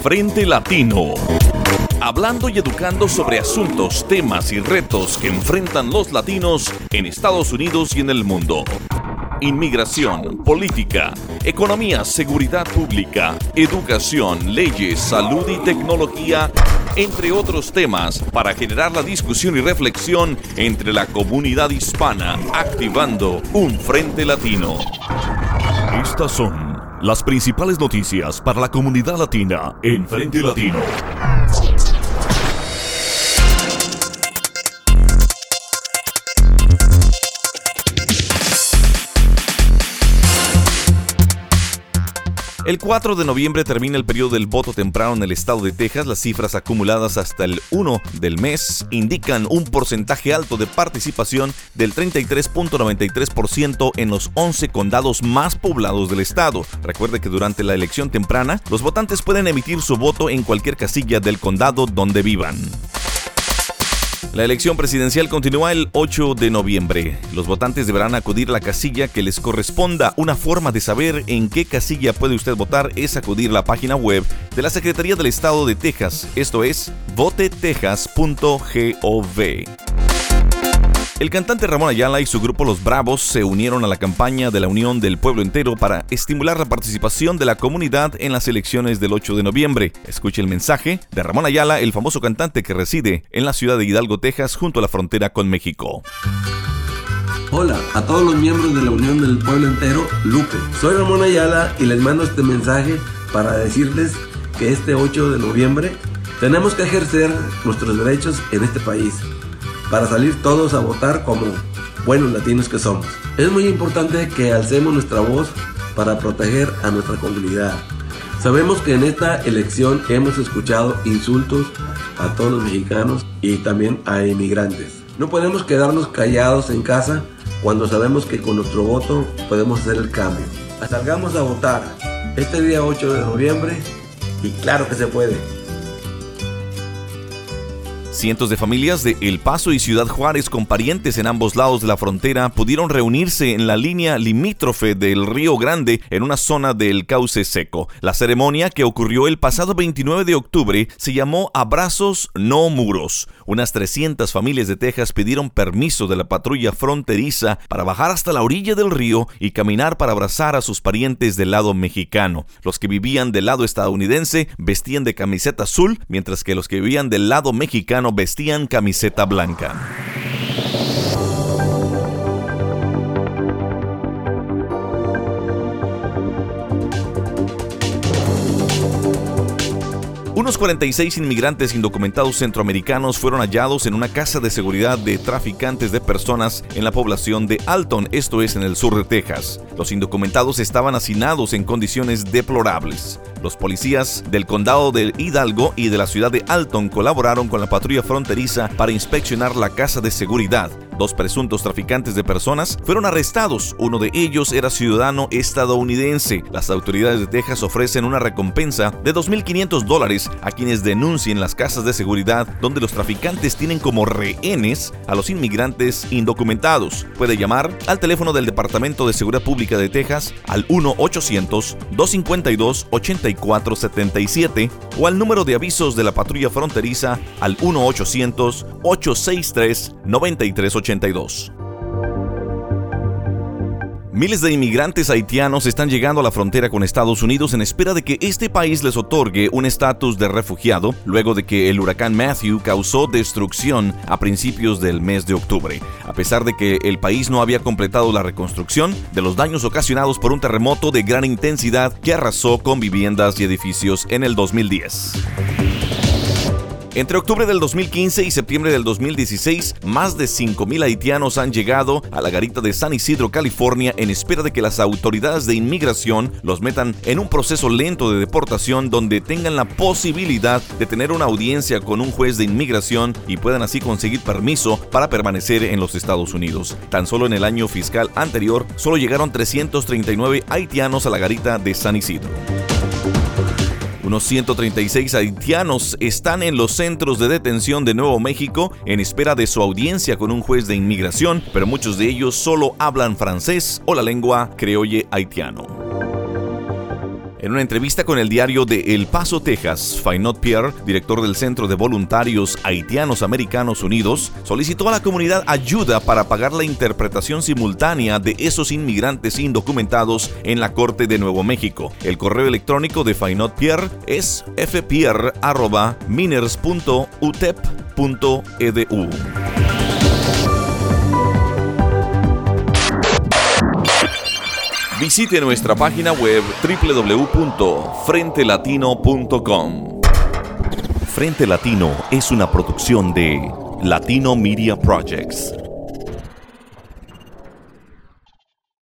Frente Latino. Hablando y educando sobre asuntos, temas y retos que enfrentan los latinos en Estados Unidos y en el mundo. Inmigración, política, economía, seguridad pública, educación, leyes, salud y tecnología, entre otros temas, para generar la discusión y reflexión entre la comunidad hispana, activando un Frente Latino. Estas son las principales noticias para la comunidad latina en Frente Latino. El 4 de noviembre termina el periodo del voto temprano en el estado de Texas. Las cifras acumuladas hasta el 1 del mes indican un porcentaje alto de participación del 33.93% en los 11 condados más poblados del estado. Recuerde que durante la elección temprana, los votantes pueden emitir su voto en cualquier casilla del condado donde vivan. La elección presidencial continúa el 8 de noviembre. Los votantes deberán acudir a la casilla que les corresponda. Una forma de saber en qué casilla puede usted votar es acudir a la página web de la Secretaría del Estado de Texas. Esto es votetexas.gov. El cantante Ramón Ayala y su grupo Los Bravos se unieron a la campaña de la Unión del Pueblo Entero para estimular la participación de la comunidad en las elecciones del 8 de noviembre. Escuche el mensaje de Ramón Ayala, el famoso cantante que reside en la ciudad de Hidalgo, Texas, junto a la frontera con México. Hola a todos los miembros de la Unión del Pueblo Entero, Lupe. Soy Ramón Ayala y les mando este mensaje para decirles que este 8 de noviembre tenemos que ejercer nuestros derechos en este país, para salir todos a votar como buenos latinos que somos. Es muy importante que alcemos nuestra voz para proteger a nuestra comunidad. Sabemos que en esta elección hemos escuchado insultos a todos los mexicanos y también a inmigrantes. No podemos quedarnos callados en casa cuando sabemos que con nuestro voto podemos hacer el cambio. Salgamos a votar este día 8 de noviembre y claro que se puede. Cientos de familias de El Paso y Ciudad Juárez con parientes en ambos lados de la frontera pudieron reunirse en la línea limítrofe del Río Grande en una zona del cauce seco. La ceremonia, que ocurrió el pasado 29 de octubre, se llamó Abrazos No Muros. Unas 300 familias de Texas pidieron permiso de la patrulla fronteriza para bajar hasta la orilla del río y caminar para abrazar a sus parientes del lado mexicano. Los que vivían del lado estadounidense vestían de camiseta azul, mientras que los que vivían del lado mexicano vestían camiseta blanca. Unos 46 inmigrantes indocumentados centroamericanos fueron hallados en una casa de seguridad de traficantes de personas en la población de Alton, esto es en el sur de Texas. Los indocumentados estaban hacinados en condiciones deplorables. Los policías del condado de Hidalgo y de la ciudad de Alton colaboraron con la patrulla fronteriza para inspeccionar la casa de seguridad. 2 presuntos traficantes de personas fueron arrestados. Uno de ellos era ciudadano estadounidense. Las autoridades de Texas ofrecen una recompensa de $2,500 a quienes denuncien las casas de seguridad donde los traficantes tienen como rehenes a los inmigrantes indocumentados. Puede llamar al teléfono del Departamento de Seguridad Pública de Texas al 1-800-252-8477 o al número de avisos de la patrulla fronteriza al 1-800-863-9382. Miles de inmigrantes haitianos están llegando a la frontera con Estados Unidos en espera de que este país les otorgue un estatus de refugiado luego de que el huracán Matthew causó destrucción a principios del mes de octubre. A pesar de que el país no había completado la reconstrucción de los daños ocasionados por un terremoto de gran intensidad que arrasó con viviendas y edificios en el 2010. Entre octubre del 2015 y septiembre del 2016, más de 5,000 haitianos han llegado a la garita de San Isidro, California, en espera de que las autoridades de inmigración los metan en un proceso lento de deportación donde tengan la posibilidad de tener una audiencia con un juez de inmigración y puedan así conseguir permiso para permanecer en los Estados Unidos. Tan solo en el año fiscal anterior, solo llegaron 339 haitianos a la garita de San Isidro. Unos 136 haitianos están en los centros de detención de Nuevo México en espera de su audiencia con un juez de inmigración, pero muchos de ellos solo hablan francés o la lengua criolle haitiano. En una entrevista con el diario de El Paso, Texas, Fainot Pierre, director del Centro de Voluntarios Haitianos Americanos Unidos, solicitó a la comunidad ayuda para pagar la interpretación simultánea de esos inmigrantes indocumentados en la Corte de Nuevo México. El correo electrónico de Fainot Pierre es fpierre@miners.utep.edu. Visite nuestra página web www.frentelatino.com. Frente Latino es una producción de Latino Media Projects.